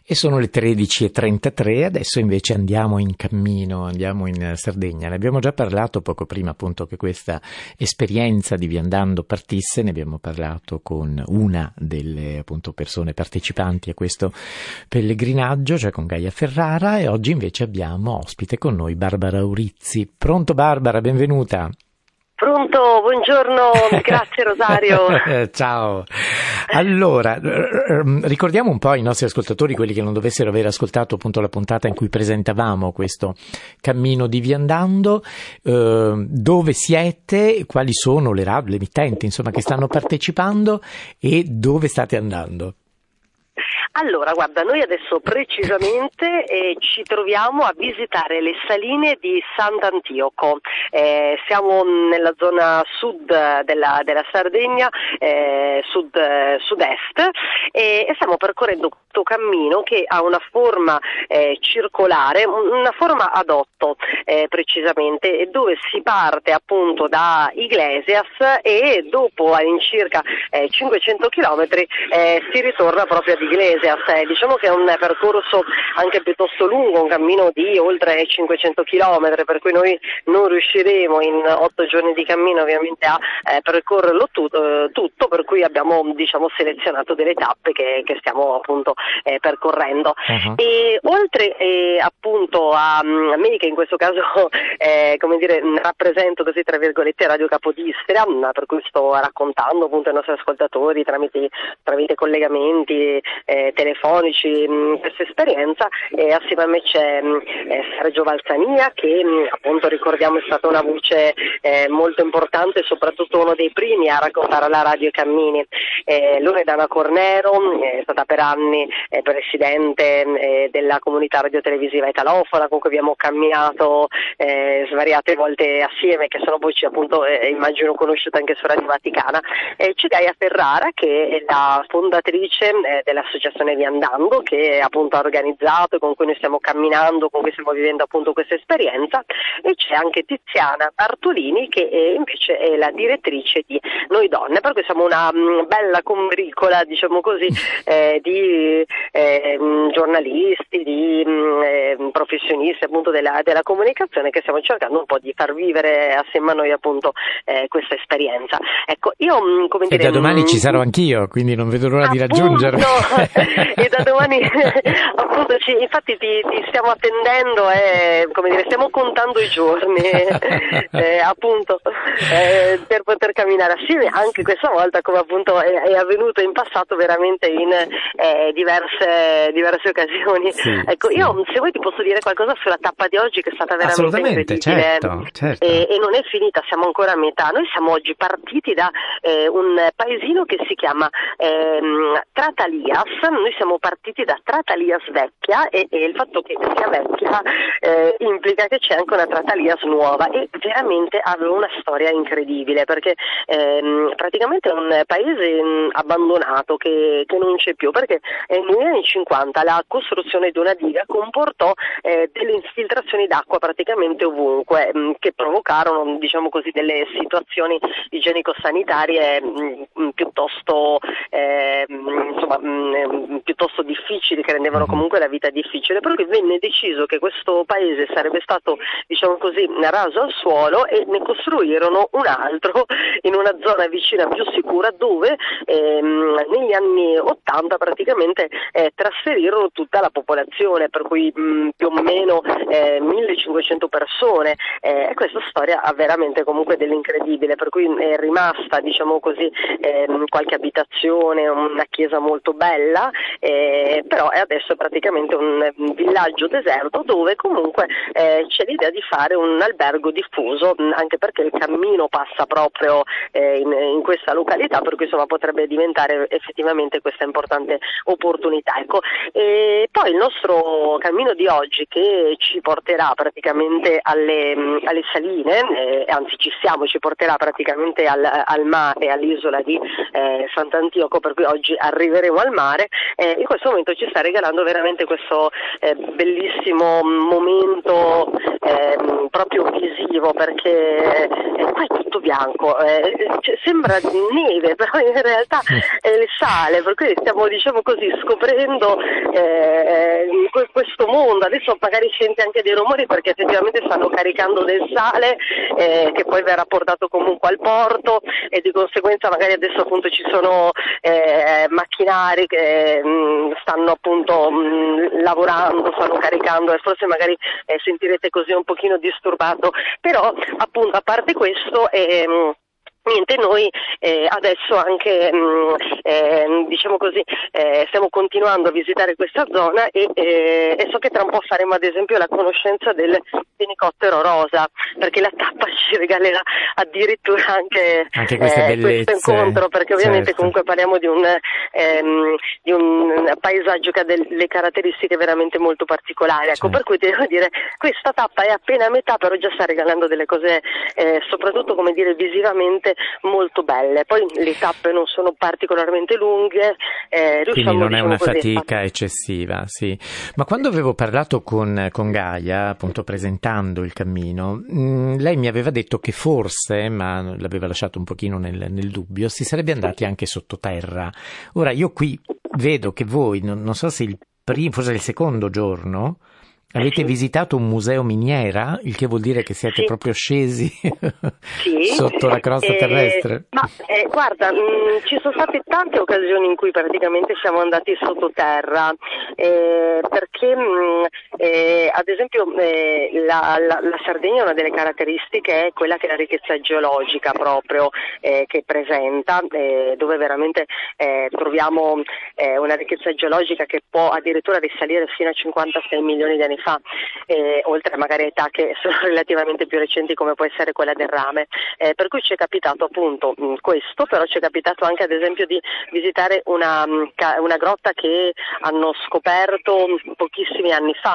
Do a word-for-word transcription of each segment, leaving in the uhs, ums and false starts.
E sono le tredici e trentatré, adesso invece andiamo in cammino, andiamo in Sardegna. Ne abbiamo già parlato poco prima, appunto, che questa esperienza di Viandando partisse, ne abbiamo parlato con una delle appunto persone partecipanti a questo pellegrinaggio, cioè con Gaia Ferrara, e oggi invece abbiamo ospite con noi Barbara Aurizzi. Pronto Barbara, benvenuta. Pronto, buongiorno, grazie Rosario. Ciao. Allora, ricordiamo un po' ai nostri ascoltatori, quelli che non dovessero aver ascoltato appunto la puntata in cui presentavamo questo cammino di Viandando, eh, dove siete, quali sono le radio, le emittenti, insomma, che stanno partecipando e dove state andando. Allora, guarda, noi adesso precisamente eh, ci troviamo a visitare le saline di Sant'Antioco. Eh, siamo nella zona sud della, della Sardegna, eh, sud, eh, sud-est, e, e stiamo percorrendo questo cammino che ha una forma eh, circolare, una forma ad otto eh, precisamente, e dove si parte appunto da Iglesias e dopo all'incirca eh, cinquecento chilometri eh, si ritorna proprio ad Iglesias. Eh, diciamo che è un percorso anche piuttosto lungo, un cammino di oltre cinquecento chilometri, per cui noi non riusciremo in otto giorni di cammino ovviamente a eh, percorrerlo tutto, eh, tutto, per cui abbiamo diciamo selezionato delle tappe che, che stiamo appunto eh, percorrendo. Uh-huh. E oltre eh, appunto a, a me, che in questo caso eh, come dire rappresento così tra virgolette Radio Capodistria, per cui sto raccontando appunto ai nostri ascoltatori tramite, tramite collegamenti eh, telefonici mh, questa esperienza, e assieme a me c'è mh, Sergio Valsania, che mh, appunto ricordiamo è stata una voce eh, molto importante e soprattutto uno dei primi a raccontare la radio i cammini. Eh, Loredana Cornero è stata per anni eh, presidente eh, della comunità radiotelevisiva italofona, con cui abbiamo camminato eh, svariate volte assieme, che sono voci appunto eh, immagino conosciute anche su Radio Vaticana. Eh, c'è Gaia Ferrara, che è la fondatrice eh, dell'associazione Viandando, che appunto ha organizzato e con cui noi stiamo camminando, con cui stiamo vivendo appunto questa esperienza, e c'è anche Tiziana Bartolini, che è, invece è la direttrice di Noi Donne, per cui siamo una mh, bella combricola, diciamo così, eh, di eh, giornalisti, di mh, professionisti appunto della, della comunicazione, che stiamo cercando un po' di far vivere assieme a noi appunto eh, questa esperienza. Ecco, io mh, come e dire, da domani mh, ci sarò anch'io, quindi non vedo l'ora appunto, di raggiungermi. E da domani appunto ci, infatti ti, ti stiamo attendendo e come dire stiamo contando i giorni eh, appunto eh, per poter camminare assieme anche questa volta, come appunto è, è avvenuto in passato veramente in eh, diverse diverse occasioni. Sì, ecco, sì. Io se vuoi ti posso dire qualcosa sulla tappa di oggi, che è stata veramente assolutamente, incredibile, certo, certo. E, e non è finita, siamo ancora a metà. Noi siamo oggi partiti da eh, un paesino che si chiama eh, Tratalias. Noi siamo partiti da Tratalias vecchia, e, e il fatto che sia vecchia eh, implica che c'è anche una Tratalias nuova, e veramente aveva una storia incredibile, perché ehm, praticamente è un paese mh, abbandonato che, che non c'è più, perché eh, negli anni cinquanta la costruzione di una diga comportò eh, delle infiltrazioni d'acqua praticamente ovunque, mh, che provocarono diciamo così delle situazioni igienico-sanitarie mh, piuttosto eh, insomma mh, piuttosto difficili, che rendevano comunque la vita difficile, per cui venne deciso che questo paese sarebbe stato diciamo così raso al suolo, e ne costruirono un altro in una zona vicina più sicura, dove ehm, negli anni ottanta praticamente eh, trasferirono tutta la popolazione, per cui mh, più o meno eh, millecinquecento persone, eh, e questa storia ha veramente comunque dell'incredibile, per cui è rimasta diciamo così ehm, qualche abitazione, una chiesa molto bella, eh, però è adesso praticamente un, un villaggio deserto, dove comunque eh, c'è l'idea di fare un albergo diffuso, anche perché il cammino passa proprio eh, in, in questa località, per cui insomma potrebbe diventare effettivamente questa importante opportunità. Ecco. E poi il nostro cammino di oggi, che ci porterà praticamente alle, alle saline, eh, anzi ci siamo, ci porterà praticamente al, al mare, all'isola di eh, Sant'Antioco, per cui oggi arriveremo al mare. Eh, in questo momento ci sta regalando veramente questo eh, bellissimo momento eh, proprio visivo, perché eh, qua è tutto bianco, eh, cioè, sembra neve, però in realtà è sale, per cui stiamo diciamo così scoprendo vivendo eh, in que- questo mondo. Adesso magari sente anche dei rumori perché effettivamente stanno caricando del sale eh, che poi verrà portato comunque al porto, e di conseguenza magari adesso appunto ci sono eh, macchinari che mh, stanno appunto mh, lavorando, stanno caricando, e forse magari eh, sentirete così un pochino disturbato, però appunto a parte questo ehm, niente, noi eh, adesso anche mh, eh, diciamo così eh, stiamo continuando a visitare questa zona e, eh, e so che tra un po' faremo ad esempio la conoscenza del fenicottero rosa, perché la tappa ci regalerà addirittura anche, anche queste eh, questo incontro, perché ovviamente certo. comunque parliamo di un, ehm, di un paesaggio che ha delle caratteristiche veramente molto particolari, ecco, certo. Per cui devo dire questa tappa è appena a metà, però già sta regalando delle cose eh, soprattutto, come dire, visivamente molto belle. Poi le tappe non sono particolarmente lunghe, eh, riusciamo, quindi non è diciamo una così, fatica a... eccessiva, sì. Ma quando avevo parlato con, con Gaia, appunto presentando il cammino, mh, lei mi aveva detto che forse, ma l'aveva lasciato un pochino nel, nel dubbio, si sarebbe andati anche sottoterra. Ora io qui vedo che voi, non, non so se il primo, forse il secondo giorno, avete sì. visitato un museo miniera, il che vuol dire che siete sì. proprio scesi sì. sotto la crosta eh, terrestre. Ma eh, guarda, mh, ci sono state tante occasioni in cui praticamente siamo andati sottoterra, eh, perché mh, eh, ad esempio eh, la, la, la Sardegna, una delle caratteristiche è quella che è la ricchezza geologica proprio eh, che presenta, eh, dove veramente eh, troviamo eh, una ricchezza geologica che può addirittura risalire fino a cinquantasei milioni di anni fa, eh, oltre magari a età che sono relativamente più recenti come può essere quella del rame, eh, per cui ci è capitato appunto mh, questo, però ci è capitato anche ad esempio di visitare una, una grotta che hanno scoperto pochissimi anni fa.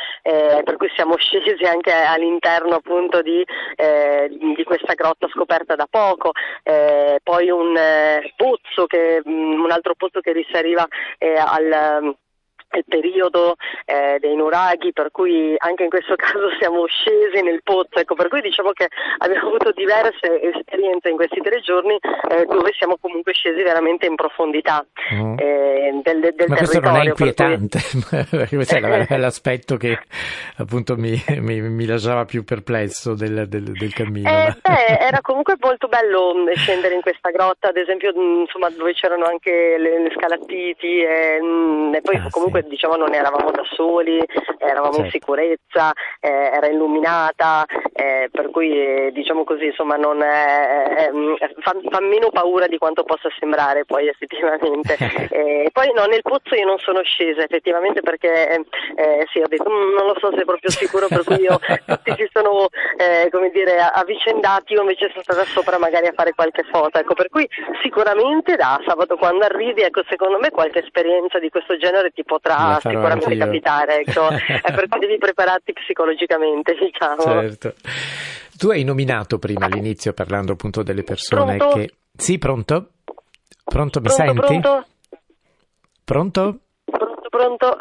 Eh, per cui siamo scesi anche all'interno appunto di, eh, di questa grotta scoperta da poco, eh, poi un eh, pozzo che, mh, un altro pozzo che risaliva eh, al il periodo eh, dei nuraghi, per cui anche in questo caso siamo scesi nel pozzo, ecco, per cui diciamo che abbiamo avuto diverse esperienze in questi tre giorni eh, dove siamo comunque scesi veramente in profondità Mm. eh, del, del Ma territorio. questo non è inquietante, Cui... questo è l'aspetto che appunto mi, mi, mi lasciava più perplesso del, del, del cammino. Eh, ma... beh, era comunque molto bello scendere in questa grotta, ad esempio, insomma, dove c'erano anche le, le scalattiti e, e poi ah, comunque sì. diciamo non eravamo da soli, eravamo certo. in sicurezza, eh, era illuminata, eh, per cui eh, diciamo così, insomma, non è, eh, fa, fa meno paura di quanto possa sembrare poi effettivamente. E poi no, nel pozzo io non sono scesa effettivamente perché eh, sì, ho detto mm, non lo so se è proprio sicuro, per cui io tutti si sono eh, come dire avvicendati, io invece sono stata sopra magari a fare qualche foto, ecco, per cui sicuramente da sabato quando arrivi, ecco, secondo me qualche esperienza di questo genere ti potrà sicuramente anch'io. capitare, ecco, è per cui devi prepararti psicologicamente, diciamo. Certo. Tu hai nominato prima all'inizio, parlando appunto delle persone Pronto? che... Sì, pronto? Pronto, mi Pronto, senti? pronto? Pronto? Pronto, pronto?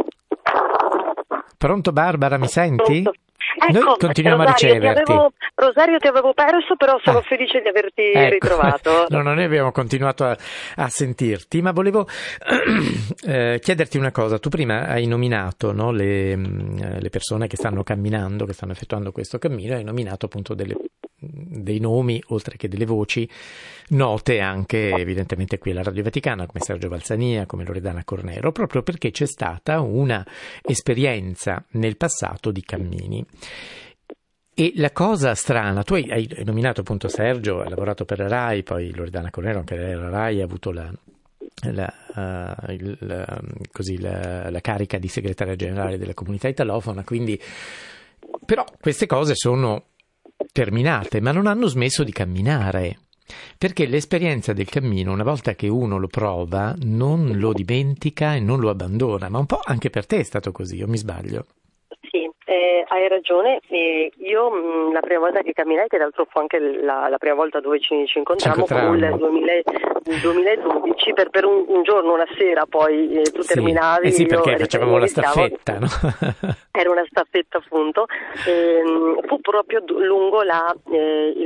Pronto Barbara, mi senti? Pronto. Ecco, Noi continuiamo Rosario, a riceverti. Ti avevo, Rosario ti avevo perso, però sono ah, felice di averti ecco. ritrovato. No, noi abbiamo continuato a, a sentirti, ma volevo eh, chiederti una cosa. Tu prima hai nominato, no, le, le persone che stanno camminando, che stanno effettuando questo cammino, hai nominato appunto delle, dei nomi, oltre che delle voci, note anche evidentemente qui alla Radio Vaticana, come Sergio Valsania, come Loredana Cornero, proprio perché c'è stata una esperienza nel passato di cammini. E la cosa strana, tu hai, hai nominato appunto Sergio, ha lavorato per la RAI, poi Loredana Cornero, anche lei alla RAI, ha avuto la, la, uh, il, la, così, la, la carica di segretaria generale della comunità italofona, quindi però queste cose sono terminate, ma non hanno smesso di camminare. Perché l'esperienza del cammino, una volta che uno lo prova, non lo dimentica e non lo abbandona, ma un po' anche per te è stato così, o mi sbaglio? Sì, eh, eh, hai ragione, eh, io mh, la prima volta che camminai, che d'altro fu anche la, la prima volta dove ci, ci incontrammo, fu il duemila, duemiladodici, per, per un, un giorno, una sera, poi eh, tu sì. terminavi. Eh sì, perché io facevamo la staffetta, no? Era una staffetta appunto, e, fu proprio lungo la, eh, il,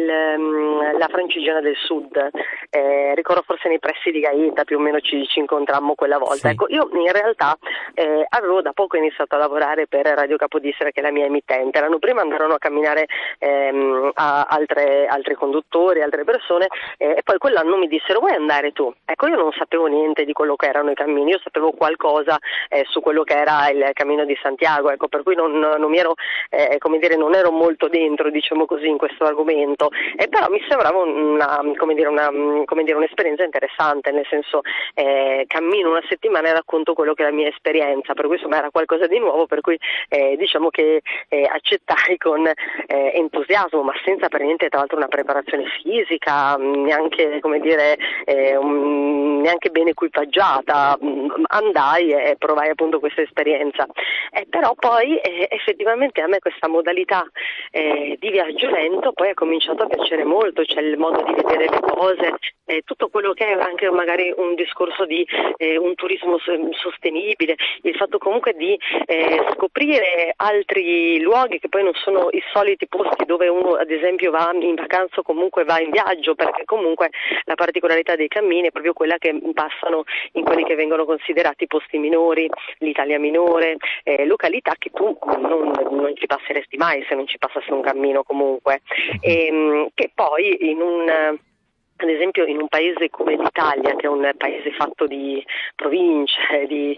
la Francigena del Sud, eh, ricordo forse nei pressi di Gaeta più o meno ci, ci incontrammo quella volta. Sì. Ecco, io in realtà eh, avevo da poco iniziato a lavorare per Radio Capodistria, che è la mia emittente. L'anno prima andarono a camminare ehm, a altre, altri conduttori, altre persone, eh, e poi quell'anno mi dissero: vuoi andare tu? Ecco, io non sapevo niente di quello che erano i cammini, io sapevo qualcosa eh, su quello che era il Cammino di Santiago, ecco, per cui non, non mi ero, eh, come dire, non ero molto dentro, diciamo così, in questo argomento, eh, però mi sembrava una, come dire, una, come dire, un'esperienza interessante, nel senso, eh, cammino una settimana e racconto quello che è la mia esperienza, per cui insomma era qualcosa di nuovo, per cui eh, diciamo che eh, accettai con eh, entusiasmo, ma senza per niente tra l'altro una preparazione fisica, neanche, come dire, eh, un, neanche ben equipaggiata, andai e provai appunto questa esperienza, eh, però poi eh, effettivamente a me questa modalità eh, di viaggio lento poi ha cominciato a piacere molto, cioè il modo di vedere le cose, eh, tutto quello che è anche magari un discorso di eh, un turismo sostenibile, il fatto comunque di eh, scoprire altri luoghi che poi non sono i soliti posti dove uno ad esempio va in vacanza o comunque va in viaggio, perché comunque la particolarità dei cammini è proprio quella che passano in quelli che vengono considerati posti minori, l'Italia minore, eh, località che tu non, non ci passeresti mai se non ci passassi un cammino comunque, e, che poi in un... ad esempio in un paese come l'Italia, che è un paese fatto di province, di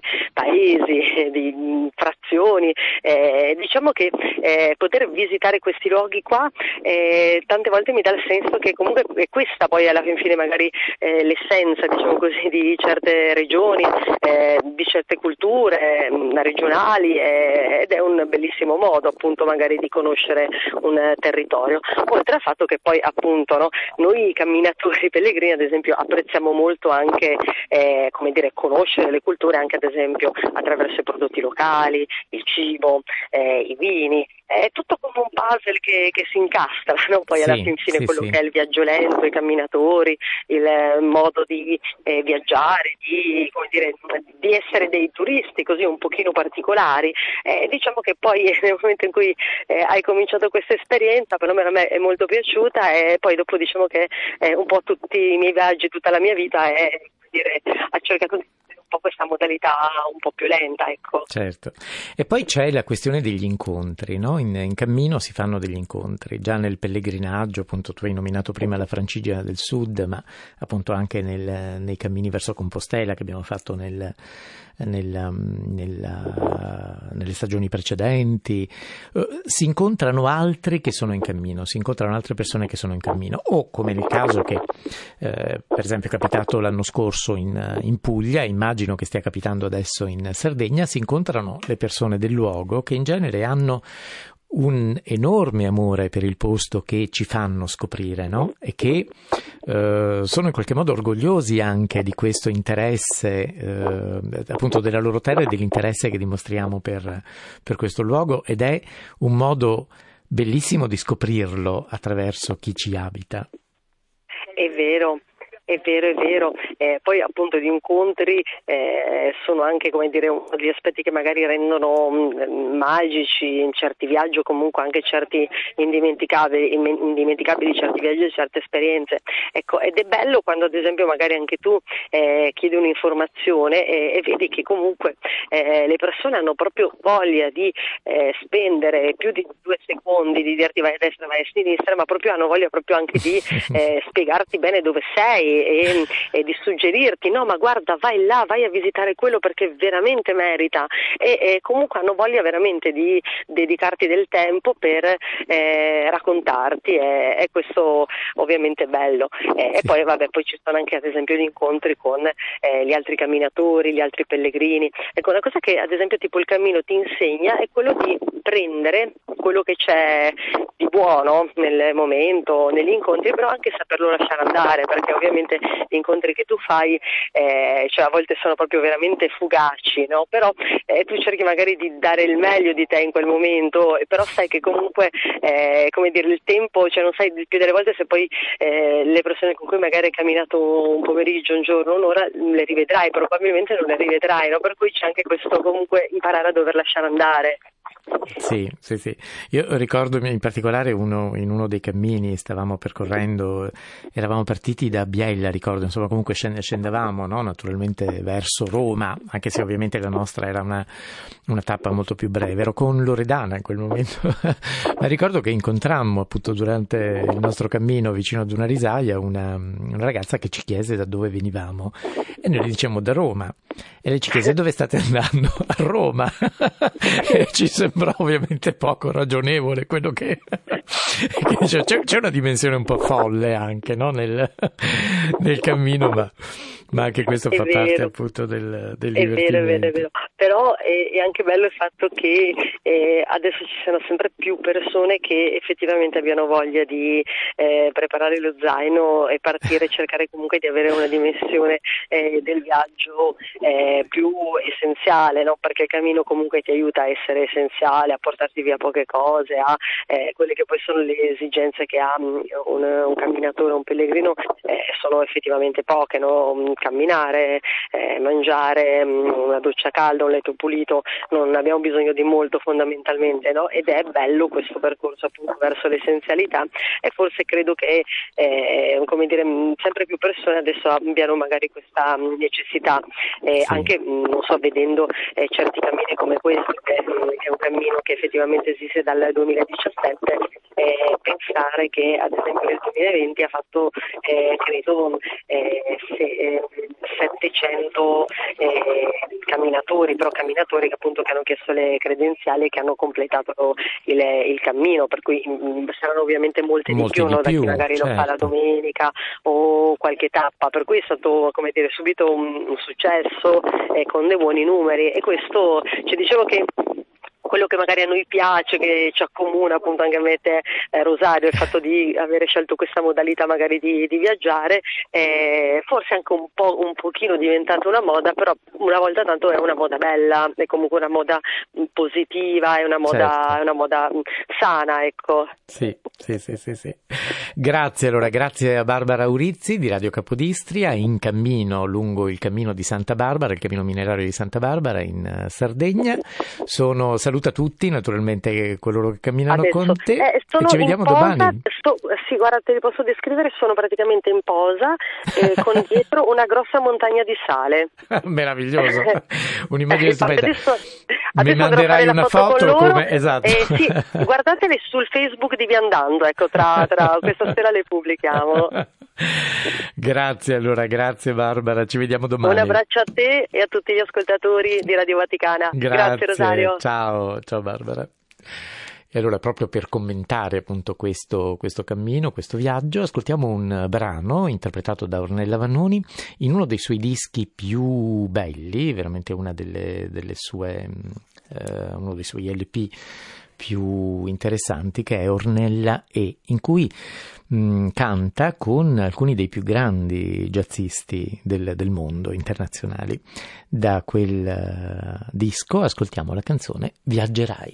paesi, di frazioni, eh, diciamo che eh, poter visitare questi luoghi qua eh, tante volte mi dà il senso che comunque questa poi alla fin fine magari eh, l'essenza, diciamo così, di certe regioni, eh, di certe culture eh, regionali, eh, ed è un bellissimo modo appunto magari di conoscere un territorio, oltre al fatto che poi appunto no, noi camminatori i pellegrini ad esempio apprezziamo molto anche eh, come dire, conoscere le culture anche ad esempio attraverso i prodotti locali, il cibo, eh, i vini, è tutto come un puzzle che, che si incastra, no? Poi sì, alla fin fine sì, quello sì. che è il viaggio lento, i camminatori, il eh, modo di eh, viaggiare, di, come dire, di essere dei turisti così un pochino particolari, eh, diciamo che poi nel momento in cui eh, hai cominciato questa esperienza, perlomeno a me è molto piaciuta, e poi dopo diciamo che eh, un po' tutti i miei viaggi, tutta la mia vita è, come dire, ha cercato di un po' questa modalità un po' più lenta, ecco. Certo. E poi c'è la questione degli incontri, no? In, in cammino si fanno degli incontri, già nel pellegrinaggio, appunto tu hai nominato prima la Francigena del Sud, ma appunto anche nel, nei cammini verso Compostela che abbiamo fatto nel, nel, nella, nelle stagioni precedenti, uh, si incontrano altri che sono in cammino, si incontrano altre persone che sono in cammino, o come nel caso che eh, per esempio è capitato l'anno scorso in, in Puglia, immagino che stia capitando adesso in Sardegna, si incontrano le persone del luogo che in genere hanno un enorme amore per il posto che ci fanno scoprire, no? E che eh, sono in qualche modo orgogliosi anche di questo interesse, eh, appunto della loro terra e dell'interesse che dimostriamo per, per questo luogo, ed è un modo bellissimo di scoprirlo attraverso chi ci abita. È vero. È vero, è vero, eh, poi appunto gli incontri eh, sono anche, come dire, uno degli aspetti che magari rendono mh, magici in certi viaggi, o comunque anche certi indimenticabili, indimenticabili certi viaggi e certe esperienze. Ecco, ed è bello quando ad esempio magari anche tu eh, chiedi un'informazione e, e vedi che comunque eh, le persone hanno proprio voglia di eh, spendere più di due secondi, di dirti vai a destra, vai a sinistra, ma proprio hanno voglia proprio anche di eh, spiegarti bene dove sei, E, e di suggerirti no ma guarda vai là, vai a visitare quello perché veramente merita, e, e comunque hanno voglia veramente di dedicarti del tempo per eh, raccontarti, e, e questo ovviamente è bello, e, e poi vabbè poi ci sono anche ad esempio gli incontri con eh, gli altri camminatori, gli altri pellegrini. Ecco, una cosa che ad esempio tipo il cammino ti insegna è quello di prendere quello che c'è di buono nel momento, negli incontri, però anche saperlo lasciare andare, perché ovviamente gli incontri che tu fai eh, cioè a volte sono proprio veramente fugaci, no? Però eh, tu cerchi magari di dare il meglio di te in quel momento, però sai che comunque eh, come dire, il tempo, cioè non sai più delle volte se poi eh, le persone con cui magari hai camminato un pomeriggio, un giorno, un'ora, le rivedrai, probabilmente non le rivedrai, no? Per cui c'è anche questo comunque imparare a dover lasciare andare. Sì, sì, sì. Io ricordo in particolare uno, in uno dei cammini stavamo percorrendo, eravamo partiti da Biella, ricordo, insomma comunque scendevamo, no? Naturalmente verso Roma, anche se ovviamente la nostra era una, una tappa molto più breve. Ero con Loredana in quel momento, ma ricordo che incontrammo appunto durante il nostro cammino vicino ad una risaia una, una ragazza che ci chiese da dove venivamo e noi le dicevamo da Roma e lei ci chiese dove state andando? A Roma. E ci sembra ovviamente poco ragionevole quello che, che c'è, c'è una dimensione un po' folle anche, no? nel, nel cammino, ma, ma anche questo è fa vero. parte appunto del, del è divertimento. Vero, è vero, è vero. Però è, è anche bello il fatto che eh, adesso ci siano sempre più persone che effettivamente abbiano voglia di eh, preparare lo zaino e partire e cercare comunque di avere una dimensione eh, del viaggio eh, più essenziale, no? Perché il cammino comunque ti aiuta a essere essenziale, a portarti via poche cose, a eh, quelle che poi sono le esigenze che ha un, un camminatore, un pellegrino, eh, sono effettivamente poche, no? Camminare, eh, mangiare, una doccia calda, un letto pulito, non abbiamo bisogno di molto fondamentalmente, no? Ed è bello questo percorso appunto verso l'essenzialità e forse credo che eh, come dire, sempre più persone adesso abbiano magari questa necessità, eh, sì. anche non so, vedendo eh, certi cammini come questo, che è un cammino che effettivamente esiste dal duemiladiciassette, eh, pensare che ad esempio nel duemilaventi ha fatto eh, credo eh, se, eh, settecento eh, camminatori, però camminatori che appunto che hanno chiesto le credenziali e che hanno completato il, il cammino, per cui mh, saranno ovviamente molte, Molti di più, di no? più, Da chi magari certo. lo fa la domenica o qualche tappa, per cui è stato come dire subito un, un successo eh, con dei buoni numeri e questo ci dicevo che quello che magari a noi piace, che ci accomuna appunto anche a me e te, eh, Rosario, il fatto di avere scelto questa modalità magari di, di viaggiare, eh, forse anche un po' un pochino diventata una moda, però una volta tanto è una moda bella, è comunque una moda positiva, è una moda, certo. è una moda sana, ecco. Sì, sì, sì, sì, sì. Grazie allora, grazie a Barbara Urizzi di Radio Capodistria, in cammino lungo il cammino di Santa Barbara, il cammino minerario di Santa Barbara in Sardegna. Sono saluta tutti, naturalmente coloro che camminano Adesso, con te eh, e ci vediamo posa, domani. Sto, sì, guarda, te li posso descrivere, sono praticamente in posa eh, con dietro una grossa montagna di sale. Meraviglioso, un'immagine eh, stupenda. Adesso, Mi adesso manderai una foto, foto come esatto. Eh, sì, guardatele sul Facebook di Viandando, ecco, tra, tra questa sera le pubblichiamo. Grazie allora, grazie Barbara, ci vediamo domani. Un abbraccio a te e a tutti gli ascoltatori di Radio Vaticana. Grazie, grazie Rosario. Ciao, ciao Barbara. E allora, proprio per commentare appunto questo, questo cammino, questo viaggio, ascoltiamo un brano interpretato da Ornella Vannoni in uno dei suoi dischi più belli, veramente una delle, delle sue, eh, uno dei suoi L P più interessanti, che è Ornella E, in cui mh, canta con alcuni dei più grandi jazzisti del, del mondo, internazionali. Da quel uh, disco ascoltiamo la canzone Viaggerai.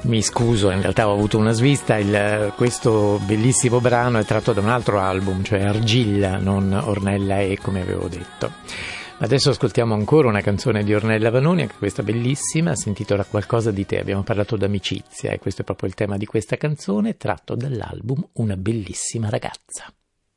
Mi scuso, in realtà ho avuto una svista. Il, questo bellissimo brano è tratto da un altro album, cioè Argilla, non Ornella E, come avevo detto. Adesso ascoltiamo ancora una canzone di Ornella Vanoni, anche questa bellissima, si intitola Qualcosa di te. Abbiamo parlato d'amicizia e questo è proprio il tema di questa canzone, tratto dall'album Una bellissima ragazza.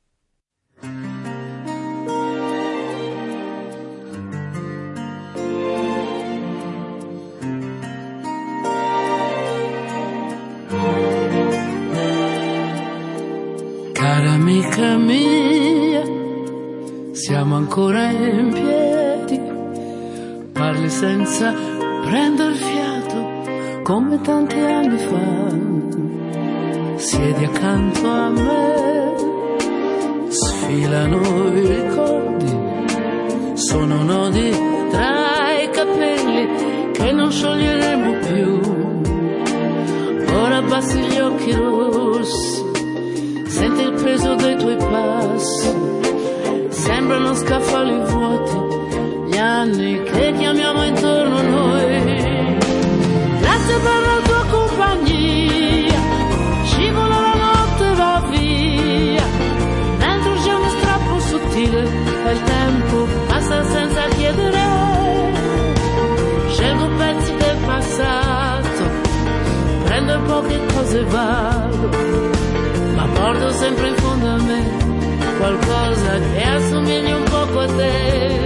Cara amica mia, siamo ancora in piedi, parli senza prendere fiato come tanti anni fa. Siedi accanto a me, sfilano i ricordi, sono nodi tra i capelli che non scioglieremo più. Ora abbassi gli occhi rossi, senti il peso dei tuoi passi, sembrano scaffali vuoti, gli anni che chiamiamo intorno a noi. Grazie per la tua compagnia, scivola la notte va via, dentro c'è uno strappo sottile e il tempo passa senza chiedere. Scelgo pezzi del passato, prendo poche cose e vado, ma porto sempre in fondo a me qualcosa che assomiglia un poco a te.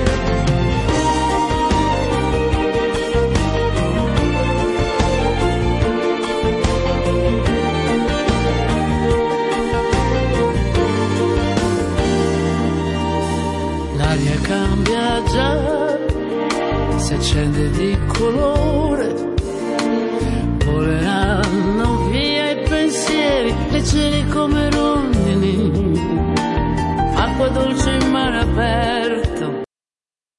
L'aria cambia già, si accende di colore, voleranno via i pensieri, le cieli come rondini, acqua dolce in mare aperto,